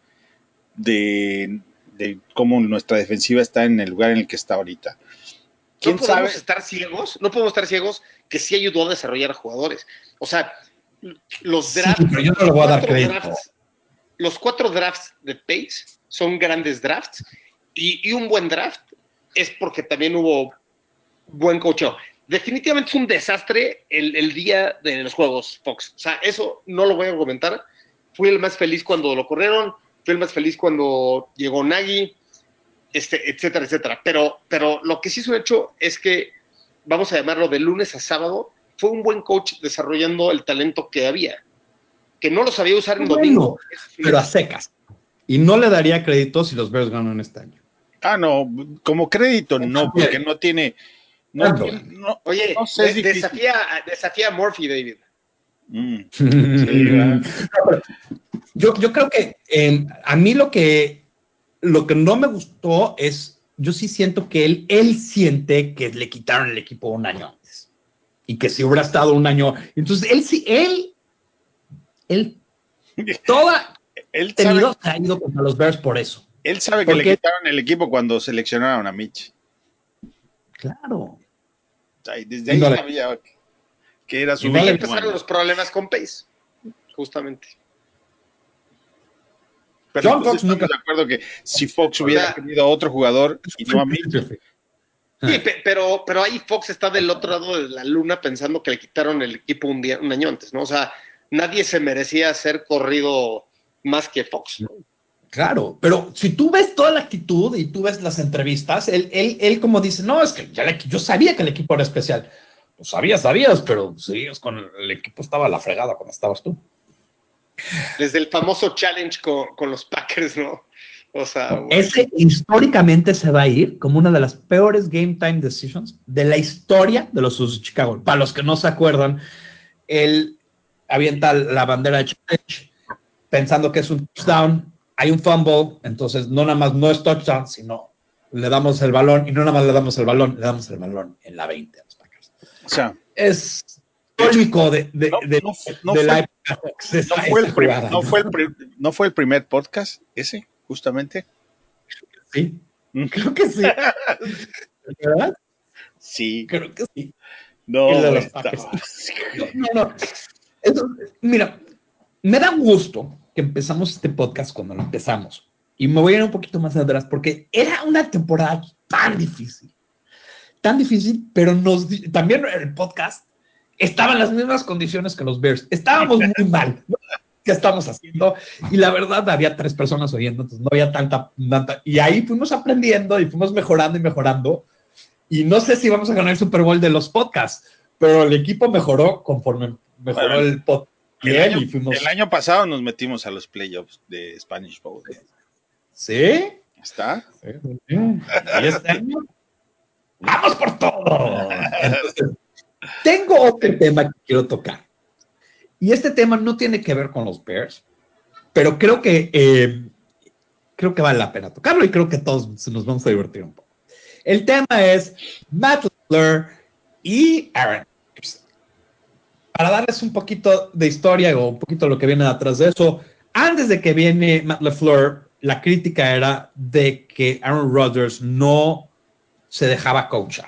de, de cómo nuestra defensiva está en el lugar en el que está ahorita. ¿Quién no podemos sabe? estar ciegos, no podemos estar ciegos que sí ayudó a desarrollar jugadores. O sea, los drafts, sí, pero yo no le voy a dar crédito. Drafts, los cuatro drafts de Pace son grandes drafts y, y un buen draft es porque también hubo buen coacheo. Definitivamente es un desastre el, el día de los juegos, Fox. O sea, eso no lo voy a argumentar. Fui el más feliz cuando lo corrieron, fui el más feliz cuando llegó Nagy, este, etcétera, etcétera. Pero, pero lo que sí es un hecho es que, vamos a llamarlo de lunes a sábado, fue un buen coach desarrollando el talento que había. Que no lo sabía usar en bueno, domingo. Pero a secas. Y no le daría crédito si los Bears ganan este año. Ah, no, como crédito no, porque no tiene... No, tiene, no, Oye, no sé, de, desafía, desafía a Murphy, David. Mm. Sí, no, yo, yo creo que eh, a mí lo que, lo que no me gustó es, yo sí siento que él, él siente que le quitaron el equipo un año antes y que si hubiera estado un año, entonces él sí, él, él, toda él tenido sabe, se ha ido contra los Bears por eso. Él sabe que le quitaron el equipo cuando seleccionaron a Mitch. Claro. Ay, desde ahí no sabía que, que era su y no empezaron año. Los problemas con Pace, justamente. Pero John Fox estamos nunca... de acuerdo que si Fox hubiera o sea, tenido a otro jugador y no a Mitch. Sí, pero, pero ahí Fox está del otro lado de la luna pensando que le quitaron el equipo un, día, un año antes, ¿no? O sea, nadie se merecía ser corrido más que Fox, ¿no? Claro, pero si tú ves toda la actitud y tú ves las entrevistas, él, él, él como dice, no, es que ya le, yo sabía que el equipo era especial. Pues sabías, sabías, pero seguías con el, el equipo estaba a la fregada cuando estabas tú. Desde el famoso challenge con, con los Packers, ¿no? O sea, bueno. Ese históricamente se va a ir como una de las peores game time decisions de la historia de los Osos de Chicago. Para los que no se acuerdan, él avienta la bandera de challenge pensando que es un touchdown, hay un fumble, entonces no nada más no es touchdown, sino le damos el balón y no nada más le damos el balón, le damos el balón en la veinte a los Packers. O sea, es histórico de, de, no, de, no, no de fue, la época. No fue, el jugada, no, ¿no? Fue el ¿No fue el primer podcast ese, justamente? Sí, creo que sí. ¿Verdad? Sí. Creo que sí. No, el de los Packers. No, no, no. Eso, mira, me da gusto que empezamos este podcast cuando lo empezamos. Y me voy a ir un poquito más atrás porque era una temporada tan difícil. Tan difícil, pero nos también el podcast estaba en las mismas condiciones que los Bears. Estábamos muy mal. ¿No? ¿Qué estamos haciendo? Y la verdad, había tres personas oyendo, entonces no había tanta, tanta. Y ahí fuimos aprendiendo y fuimos mejorando y mejorando. Y no sé si vamos a ganar el Super Bowl de los podcasts, pero el equipo mejoró conforme mejoró bueno, el podcast. El año, y fuimos... el año pasado nos metimos a los playoffs de Spanish Bowl. ¿Sí? ¿Está? Sí, muy bien. Y este año, ¡vamos por todo! Entonces, tengo otro tema que quiero tocar. Y este tema no tiene que ver con los Bears, pero creo que, eh, creo que vale la pena tocarlo y creo que todos nos vamos a divertir un poco. El tema es Matt LaFleur y Aaron Rodgers. Para darles un poquito de historia o un poquito de lo que viene atrás de eso, antes de que viene Matt LaFleur, la crítica era de que Aaron Rodgers no se dejaba coachar.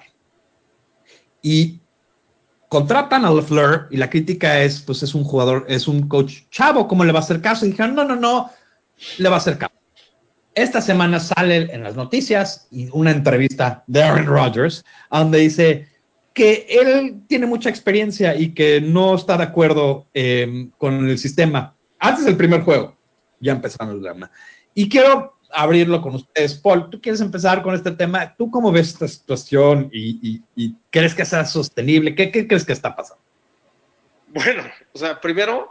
Y contratan a LaFleur y la crítica es, pues es un jugador, es un coach chavo, ¿cómo le va a hacer caso? Y dijeron, no, no, no, le va a hacer caso. Esta semana sale en las noticias y una entrevista de Aaron Rodgers donde dice que él tiene mucha experiencia y que no está de acuerdo eh, con el sistema. Antes del primer juego, ya empezaron el drama. Y quiero abrirlo con ustedes. Paul, ¿tú quieres empezar con este tema? ¿Tú cómo ves esta situación y, y, y crees que sea sostenible? ¿Qué, ¿Qué crees que está pasando? Bueno, o sea, primero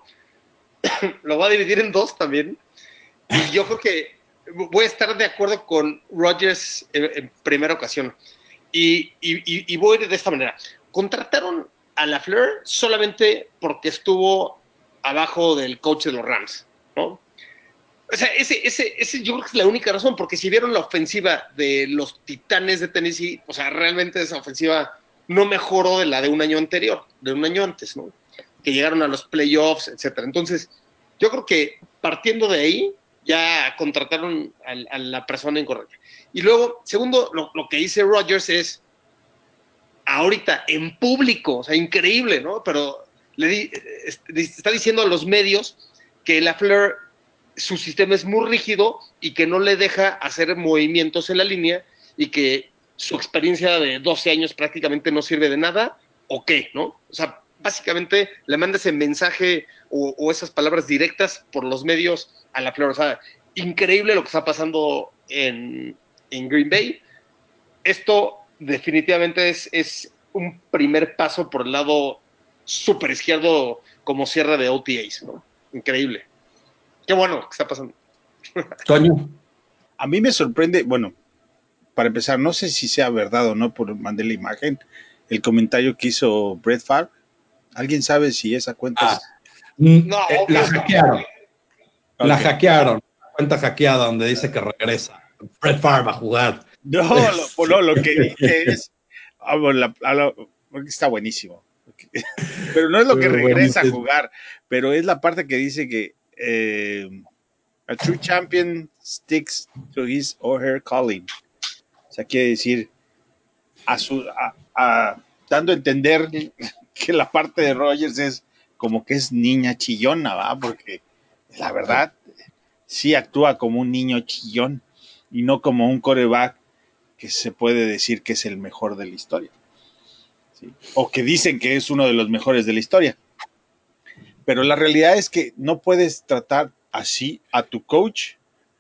lo voy a dividir en dos también. Y yo creo que voy a estar de acuerdo con Rodgers en, en primera ocasión. Y, y, y voy de esta manera. Contrataron a LaFleur solamente porque estuvo abajo del coach de los Rams, ¿no? O sea, ese, ese, ese yo creo que es la única razón, porque si vieron la ofensiva de los Titanes de Tennessee, o sea, realmente esa ofensiva no mejoró de la de un año anterior, de un año antes, ¿no? Que llegaron a los playoffs, etcétera. Entonces, yo creo que partiendo de ahí, ya contrataron a, a la persona incorrecta. Y luego, segundo, lo, lo que dice Rodgers es, ahorita en público, o sea, increíble, ¿no? Pero le di, está diciendo a los medios que LaFleur, su sistema es muy rígido y que no le deja hacer movimientos en la línea y que su experiencia de doce años prácticamente no sirve de nada, ¿o qué, no? O sea, básicamente le manda ese mensaje o, o esas palabras directas por los medios a LaFleur. O sea, increíble lo que está pasando en, en Green Bay. Esto definitivamente es, es un primer paso por el lado súper izquierdo como cierre de O T As, ¿no? Increíble. Qué bueno que está pasando. Toño. A mí me sorprende, bueno, para empezar, no sé si sea verdad o no, por mandé la imagen, el comentario que hizo Brett Favre. ¿Alguien sabe si esa cuenta Ah, es...? No, eh, la obvio. hackearon. La Ok. hackearon. La cuenta hackeada donde dice que regresa. Brett Favre va a jugar. No, lo, pues no, lo que dice es... ah, bueno, la- a la- porque está buenísimo. Pero no es lo que regresa a Buenísimo. jugar, pero es la parte que dice que eh, a true champion sticks to his or her calling. O sea, quiere decir, a su, a- a- dando a entender que la parte de Rogers es como que es niña chillona, ¿va? Porque la verdad sí actúa como un niño chillón y no como un coreback que se puede decir que es el mejor de la historia, ¿sí? O que dicen que es uno de los mejores de la historia. Pero la realidad es que no puedes tratar así a tu coach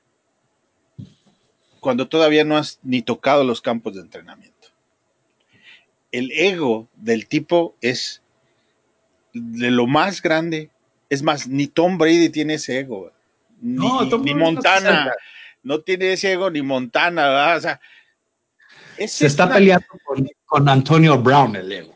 cuando todavía no has ni tocado los campos de entrenamiento. El ego del tipo es de lo más grande. Es más, ni Tom Brady tiene ese ego, No, ni, Tom ni Brady no está cerca. Montana, no tiene ese ego, ni Montana, ¿verdad? O sea, ese Se es está una... peleando con, con Antonio Brown, el ego.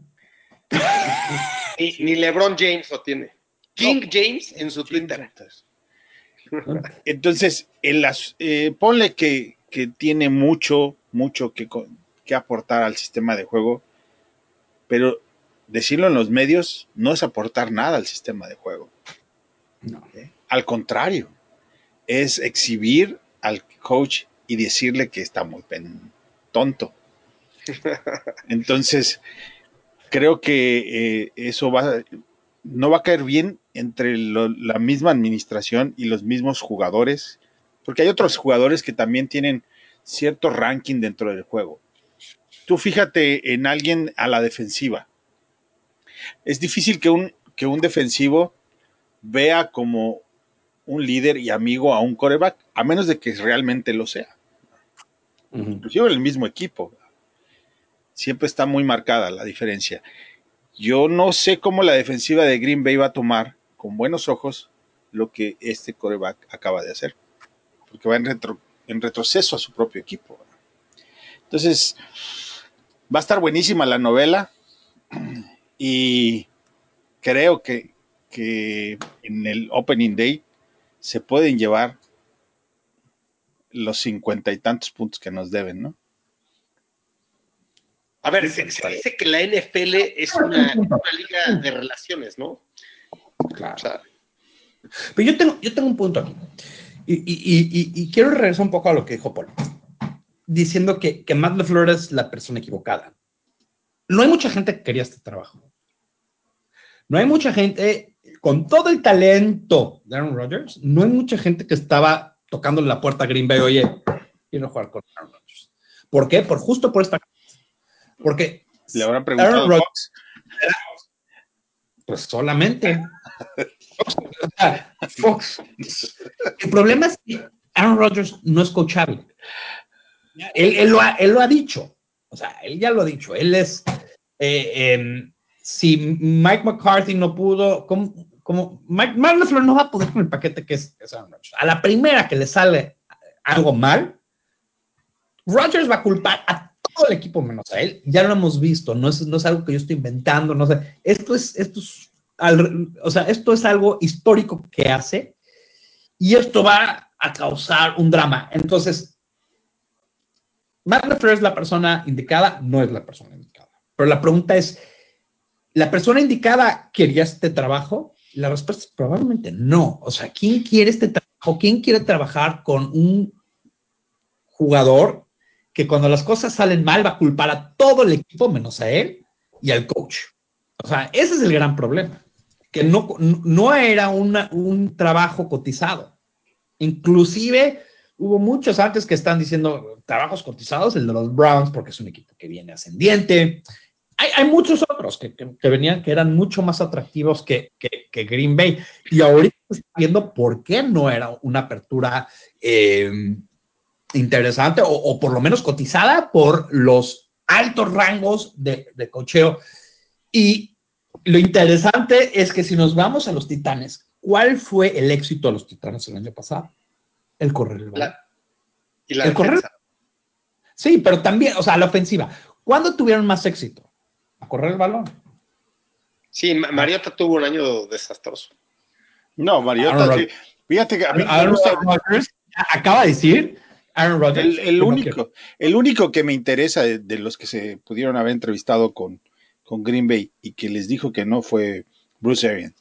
Ni, ni LeBron James lo tiene. No, King James en su James Twitter. Entonces, entonces en las, eh, ponle que, que, tiene mucho, mucho que, que aportar al sistema de juego, pero decirlo en los medios no es aportar nada al sistema de juego. No. ¿Eh? Al contrario, es exhibir al coach y decirle que está muy pen tonto. Entonces, creo que eh, eso va, no va a caer bien entre lo, la misma administración y los mismos jugadores, porque hay otros jugadores que también tienen cierto ranking dentro del juego. Tú fíjate en alguien a la defensiva. Es difícil que un, que un defensivo vea como un líder y amigo a un coreback, a menos de que realmente lo sea. Uh-huh. Inclusive en el mismo equipo. Siempre está muy marcada la diferencia. Yo no sé cómo la defensiva de Green Bay va a tomar con buenos ojos lo que este coreback acaba de hacer, porque va en, retro, en retroceso a su propio equipo. Entonces, va a estar buenísima la novela y creo que, que en el Opening Day se pueden llevar los cincuenta y tantos puntos que nos deben, ¿no? A ver, se, se dice que la N F L es una, una liga de relaciones, ¿no? Claro. O sea, Pero yo tengo, yo tengo un punto aquí. Y, y, y, y quiero regresar un poco a lo que dijo Paul, diciendo que, que Matt LaFleur es la persona equivocada. No hay mucha gente que quería este trabajo. No hay mucha gente, con todo el talento de Aaron Rodgers, no hay mucha gente que estaba tocando la puerta a Green Bay, oye, quiero jugar con Aaron Rodgers. ¿Por qué? Por justo por esta. Porque Le habrán Aaron preguntado a Rodgers, Fox. pues solamente Fox, o sea, Fox. El problema es que Aaron Rodgers no es coachable. Él, él, lo ha, él lo ha dicho. O sea, él ya lo ha dicho. Él es. Eh, eh, si Mike McCarthy no pudo, como, como Mike, Mike LaFleur no va a poder con el paquete que es, es Aaron Rodgers. A la primera que le sale algo mal, Rodgers va a culpar a todo el equipo menos a él. Ya lo hemos visto. No es, no es algo que yo estoy inventando. No sé. Esto es, esto es, al, o sea, esto es algo histórico que hace y esto va a causar un drama. Entonces, Matt LaFleur es la persona indicada, no es la persona indicada. Pero la pregunta es, ¿la persona indicada quería este trabajo? La respuesta es probablemente no. O sea, ¿quién quiere este trabajo? ¿Quién quiere trabajar con un jugador que cuando las cosas salen mal va a culpar a todo el equipo menos a él y al coach? O sea, ese es el gran problema, que no, no era una, un trabajo cotizado. Inclusive hubo muchos antes que están diciendo trabajos cotizados, el de los Browns, porque es un equipo que viene ascendiente. Hay, hay muchos otros que, que, que, venían, que eran mucho más atractivos que, que, que Green Bay. Y ahorita está viendo por qué no era una apertura eh, interesante o, o por lo menos cotizada por los altos rangos de, de cocheo. Y lo interesante es que si nos vamos a los Titanes, ¿cuál fue el éxito de los Titanes el año pasado? El correr el balón. la, y la el defensa. correr. Sí, pero también, o sea, la ofensiva. ¿Cuándo tuvieron más éxito? A correr el balón. Sí, Mariota ah. tuvo un año desastroso. No, Mariota, sí. Fíjate que a mí Aaron me gusta. Rodgers acaba de decir Aaron Rodgers. El, el único, no el único que me interesa de, de los que se pudieron haber entrevistado con, con Green Bay y que les dijo que no fue Bruce Arians.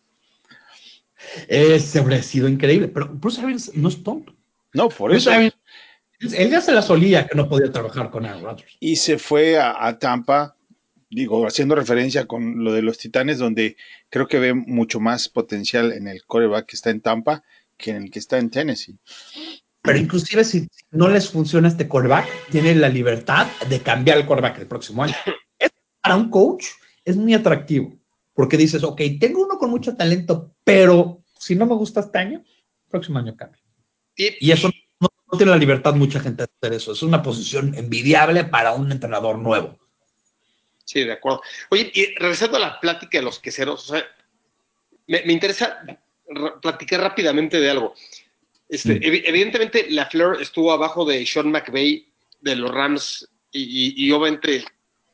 Ese habría sido increíble, pero Bruce Arians no es tonto. No, por Bruce eso. Arians, él ya se la solía que no podía trabajar con Aaron Rodgers. Y se fue a, a Tampa, digo, haciendo referencia con lo de los Titanes, donde creo que ve mucho más potencial en el quarterback que está en Tampa que en el que está en Tennessee. Pero inclusive si no les funciona este quarterback, tienen la libertad de cambiar el quarterback el próximo año. Para un coach es muy atractivo, porque dices, ok, tengo uno con mucho talento, pero si no me gusta este año, próximo año cambia. Y, y eso no, no tiene la libertad mucha gente de hacer eso. Es una posición envidiable para un entrenador nuevo. Sí, de acuerdo. Oye, y regresando a la plática de los queseros, o sea, me, me interesa platicar rápidamente de algo. Este, mm. ev evidentemente, LaFleur estuvo abajo de Sean McVay de los Rams y, y, y obviamente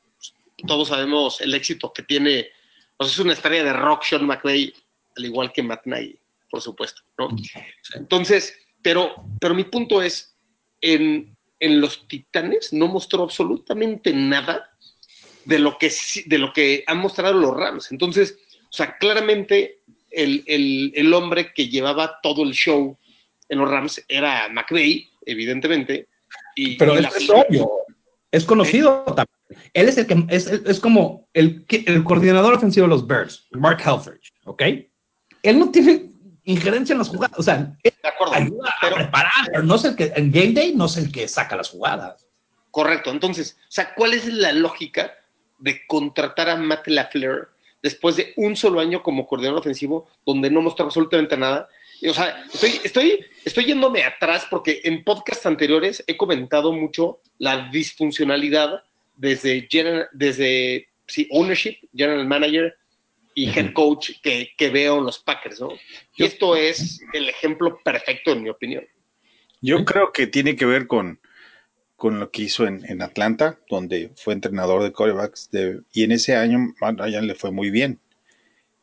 todos sabemos el éxito que tiene. O sea, es una estrella de rock Sean McVay, al igual que Matt Nagy, por supuesto, ¿no? Sí. Entonces, pero, pero mi punto es, en, en los Titanes no mostró absolutamente nada de lo que, de lo que han mostrado los Rams. Entonces, o sea, claramente el, el, el hombre que llevaba todo el show en los Rams era McVay, evidentemente. Y, pero y es, la... es obvio, es conocido ¿Eh? también. Él es el que es, es como el, el coordinador ofensivo de los Bears, Mark Helfrich, ¿ok? Él no tiene injerencia en las jugadas, o sea, él ayuda pero, a preparar, pero no es el que en game day no es el que saca las jugadas. Correcto, entonces, o sea, ¿cuál es la lógica de contratar a Matt LaFleur después de un solo año como coordinador ofensivo donde no mostró absolutamente nada? O sea, estoy, estoy, estoy yéndome atrás porque en podcasts anteriores he comentado mucho la disfuncionalidad desde, general, desde sí, ownership, general manager y head coach que, que veo en los Packers, ¿no? Y esto es el ejemplo perfecto, en mi opinión. Yo creo que tiene que ver con, con lo que hizo en, en Atlanta, donde fue entrenador de quarterbacks, de, y en ese año Matt Ryan le fue muy bien.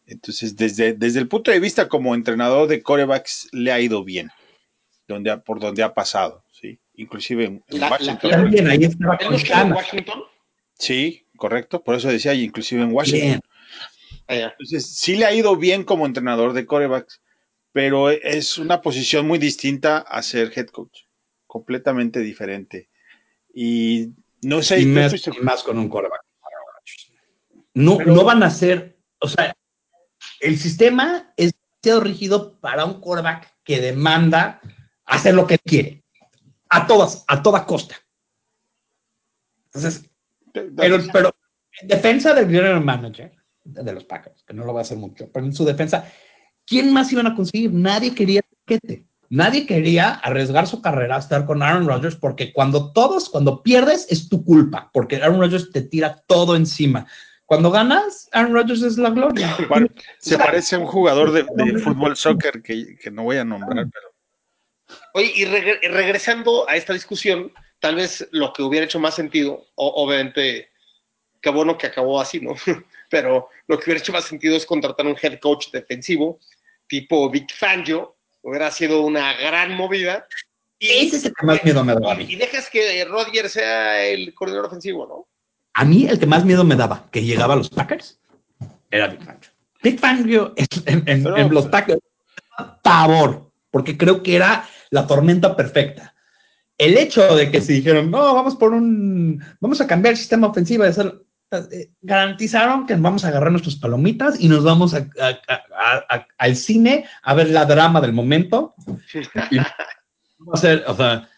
Entonces, desde, desde el punto de vista como entrenador de quarterbacks, le ha ido bien, donde ha, por donde ha pasado, ¿sí? Inclusive en, en La, Washington. la, También ahí estaba ¿Él con no estuvo en Shanahan. Washington? Sí, correcto, por eso decía, inclusive en Washington. Bien. Allá. Entonces, sí le ha ido bien como entrenador de quarterbacks, pero es una posición muy distinta a ser head coach, completamente diferente. Y no sé, Y no más, estoy y seguro. más con un quarterback. No, Pero, no van a ser, o sea, el sistema es demasiado rígido para un quarterback que demanda hacer lo que quiere, a todas, a toda costa. Entonces, pero, pero en defensa del general manager de los Packers, que no lo va a hacer mucho, pero en su defensa, ¿quién más iban a conseguir? Nadie quería paquete. Nadie quería arriesgar su carrera a estar con Aaron Rodgers porque cuando todos, cuando pierdes es tu culpa, porque Aaron Rodgers te tira todo encima. Cuando ganas, Aaron Rodgers es la gloria. se parece a un jugador de, de fútbol soccer que, que no voy a nombrar, pero Oye, y reg regresando a esta discusión, tal vez lo que hubiera hecho más sentido, o, obviamente, qué bueno que acabó así, ¿no? Pero lo que hubiera hecho más sentido es contratar un head coach defensivo, tipo Vic Fangio, hubiera sido una gran movida. Y, ese es el que más miedo me daba a mí. Y dejas que Rodgers sea el coordinador ofensivo, ¿no? A mí el que más miedo me daba que llegaba a los Packers era Big Fangio. Big Fangio en, en, pero, en los Packers, pavor, porque creo que era la tormenta perfecta. El hecho de que se dijeron, no, vamos por un, vamos a cambiar el sistema ofensivo, de hacer, eh, garantizaron que vamos a agarrar nuestras palomitas y nos vamos a, a, a, a, al cine a ver la drama del momento. Y va a ser, o sea,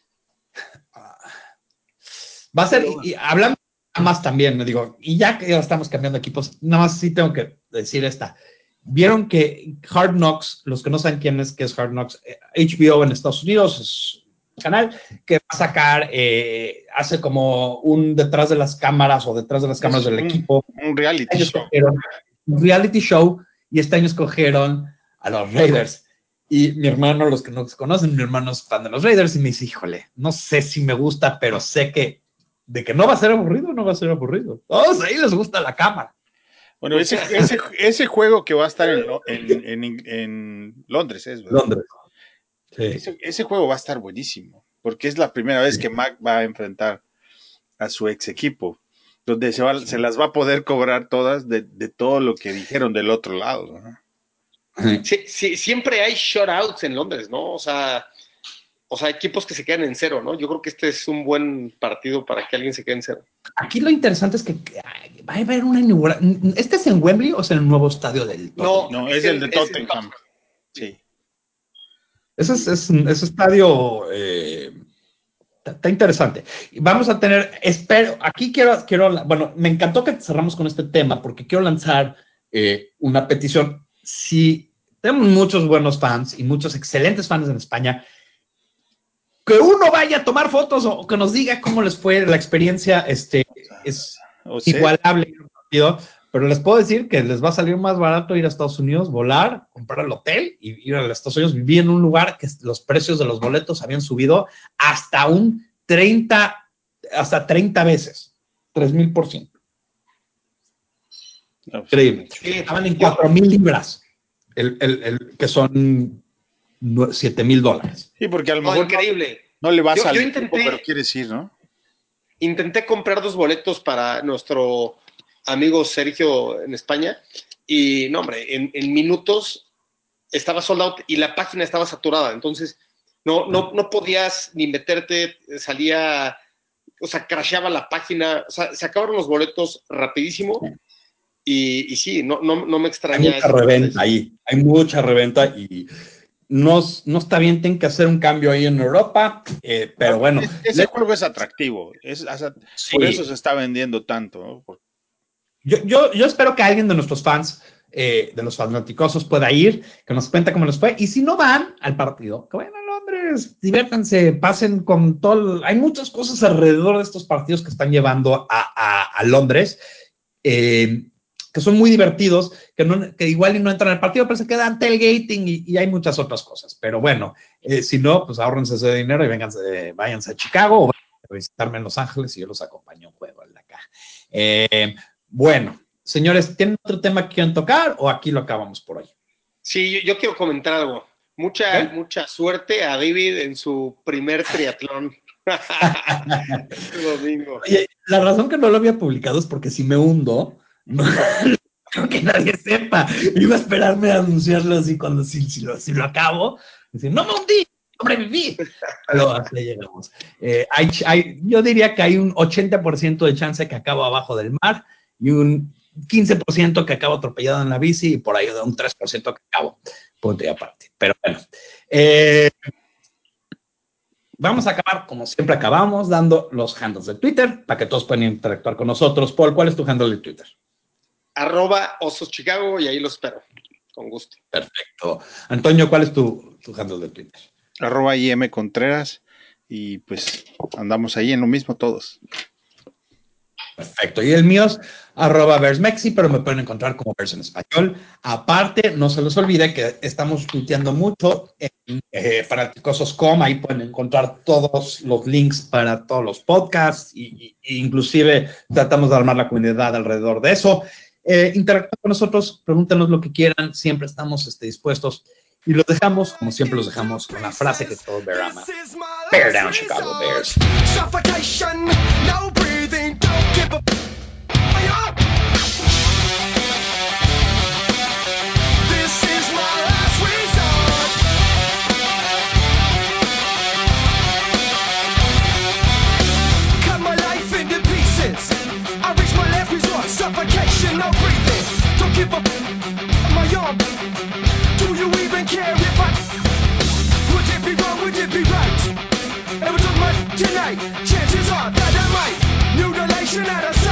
va a ser, y, y hablando más también, me digo, y ya que ya estamos cambiando equipos, nada más sí tengo que decir esta. Vieron que Hard Knocks, los que no saben quién es, qué es Hard Knocks, eh, H B O en Estados Unidos es un canal que va a sacar, eh, hace como un detrás de las cámaras o detrás de las cámaras es del un, equipo. un reality Ellos show. escogieron un reality show y este año escogieron a los Raiders. Y mi hermano, los que no se conocen, mi hermano es fan de los Raiders y me dice, híjole, no sé si me gusta, pero sé que de que no va a ser aburrido, no va a ser aburrido. Todos ahí les gusta la cámara. Bueno, ese, ese, ese juego que va a estar en, en, en, en Londres, es verdad. Londres. Sí. Ese, ese juego va a estar buenísimo, porque es la primera vez que Mac va a enfrentar a su ex equipo, donde se, va, se las va a poder cobrar todas de, de todo lo que dijeron del otro lado, ¿no? Sí, sí, siempre hay shutouts en Londres, ¿no? O sea, o sea, equipos que se quedan en cero, ¿no? Yo creo que este es un buen partido para que alguien se quede en cero. Aquí lo interesante es que ay, va a haber una inauguración. ¿Este es en Wembley o es en el nuevo estadio del Tottenham? No, No, es, es el en, de es en Tottenham. Sí. Ese, es, es, ese estadio eh, está interesante. Vamos a tener, espero, aquí quiero, quiero, bueno, me encantó que cerramos con este tema porque quiero lanzar eh, una petición. Si tenemos muchos buenos fans y muchos excelentes fans en España, que uno vaya a tomar fotos o que nos diga cómo les fue la experiencia, este, es O sea, igualable, pero les puedo decir que les va a salir más barato ir a Estados Unidos, volar, comprar el hotel y ir a Estados Unidos. Viví en un lugar que los precios de los boletos habían subido hasta un treinta, hasta treinta veces, tres mil por ciento. no, pues, Increíble. Sí, Estaban en yo, cuatro mil libras, el, el, el, que son siete mil dólares. sí, porque a lo no, mejor no, increíble. no le vas Yo, al yo equipo, pero intenté, quieres ir, ¿no? intenté comprar dos boletos para nuestro amigo Sergio en España y, no, hombre, en, en minutos estaba sold out y la página estaba saturada. Entonces, no, no, no podías ni meterte, salía, o sea, crasheaba la página, o sea, se acabaron los boletos rapidísimo y, y sí, no, no, no me Hay extraña mucha eso que me reventa estás diciendo. ahí, hay mucha reventa y no, no está bien, tienen que hacer un cambio ahí en Europa, eh, pero No, bueno. es, ese Le, juego es atractivo, es, o sea, sí. por eso se está vendiendo tanto, ¿no? Por, Yo, yo, yo espero que alguien de nuestros fans, eh, de los fanaticosos, pueda ir, que nos cuente cómo les fue. Y si no van al partido, que vayan a Londres, diviértanse, pasen con todo. El, hay muchas cosas alrededor de estos partidos que están llevando a, a, a Londres, eh, que son muy divertidos, que, no, que igual y no entran al partido, pero se quedan tailgating y, y hay muchas otras cosas. Pero bueno, eh, si no, pues ahorrense ese dinero y vénganse, váyanse a Chicago o a visitarme en Los Ángeles y yo los acompaño a un juego en la acá. Eh, bueno, señores, ¿tienen otro tema que quieran tocar o aquí lo acabamos por hoy? Sí, yo, yo quiero comentar algo. Mucha, ¿Okay? mucha suerte a David en su primer triatlón. Este domingo. Oye, la razón que no lo había publicado es porque si me hundo, no creo que nadie sepa. Iba a esperarme a anunciarlo así cuando si, si, lo, si lo acabo. Decir, no me hundí, sobreviví. Pero hasta ahí llegamos. Eh, hay, hay, yo diría que hay un ochenta por ciento de chance que acabo abajo del mar y un quince por ciento que acabo atropellado en la bici y por ahí de un tres por ciento que acabo. Punto y aparte. Pero bueno. Eh, Vamos a acabar, como siempre acabamos, dando los handles de Twitter para que todos puedan interactuar con nosotros. Paul, ¿cuál es tu handle de Twitter? Arroba Osos Chicago y ahí lo espero. Con gusto. Perfecto. Antonio, ¿cuál es tu, tu handle de Twitter? Arroba I M Contreras y pues andamos ahí en lo mismo todos. Perfecto. Y el mío es arroba versmexi, pero me pueden encontrar como Vers en español. Aparte, no se les olvide que estamos tuiteando mucho en eh, fanaticosos punto com. Ahí pueden encontrar todos los links para todos los podcasts y, y inclusive tratamos de armar la comunidad alrededor de eso. Eh, interactúen con nosotros, pregúntenos lo que quieran. Siempre estamos este, dispuestos. Y los dejamos, como siempre los dejamos, con la frase que todo Bear ama. Bear down, Chicago Bears. Suffocation, no breathing, don't give a f- This is my last resort. Cut my life into pieces. I reach my last resort. Suffocation, no breathing. Don't give a f- my arm. Do you even care if I would it be wrong, would it be right? It was on my tonight. Chances are that I might mutilation at a